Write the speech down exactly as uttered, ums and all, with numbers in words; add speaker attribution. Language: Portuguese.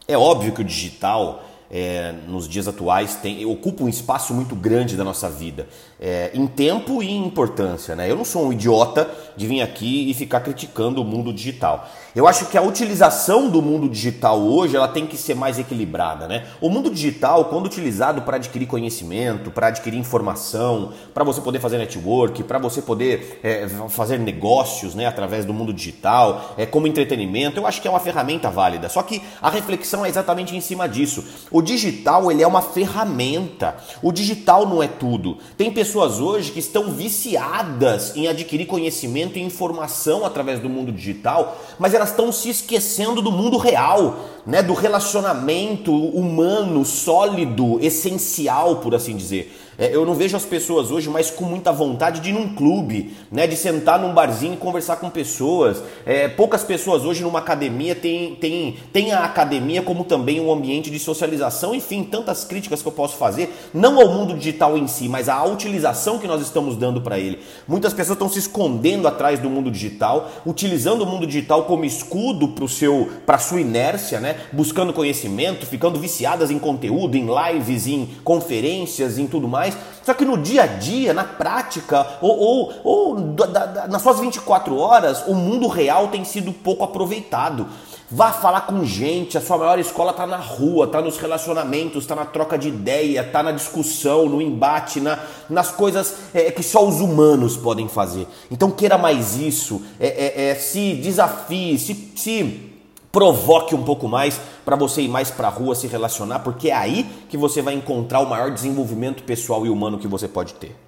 Speaker 1: É óbvio que o digital, é, nos dias atuais, tem, ocupa um espaço muito grande da nossa vida, é, em tempo e em importância, né? Eu não sou um idiota de vir aqui e ficar criticando o mundo digital. Eu acho que a utilização do mundo digital hoje ela tem que ser mais equilibrada, né? O mundo digital, quando utilizado para adquirir conhecimento, para adquirir informação, para você poder fazer network, para você poder é, fazer negócios, né, através do mundo digital, é, como entretenimento, eu acho que é uma ferramenta válida. Só que a reflexão é exatamente em cima disso. O digital ele é uma ferramenta. O digital não é tudo. Tem pessoas hoje que estão viciadas em adquirir conhecimento e informação através do mundo digital, mas elas estão se esquecendo do mundo real, né? Do relacionamento humano, sólido, essencial, por assim dizer. É, eu não vejo as pessoas hoje mais com muita vontade de ir num clube, né? De sentar num barzinho e conversar com pessoas. É, poucas pessoas hoje numa academia têm tem, tem a academia como também um ambiente de socialização. Enfim, tantas críticas que eu posso fazer, não ao mundo digital em si, mas à utilização que nós estamos dando para ele. Muitas pessoas estão se escondendo atrás do mundo digital, utilizando o mundo digital como escudo para a sua inércia, né? Buscando conhecimento, ficando viciadas em conteúdo, em lives, em conferências, em tudo mais. Só que no dia a dia, na prática, ou, ou, ou da, da, nas suas vinte e quatro horas, o mundo real tem sido pouco aproveitado. Vá falar com gente, a sua maior escola está na rua, está nos relacionamentos, está na troca de ideia, está na discussão, no embate, na, nas coisas é, que só os humanos podem fazer. Então queira mais isso, é, é, é, se desafie, se... se provoque um pouco mais para você ir mais para a rua, se relacionar, porque é aí que você vai encontrar o maior desenvolvimento pessoal e humano que você pode ter.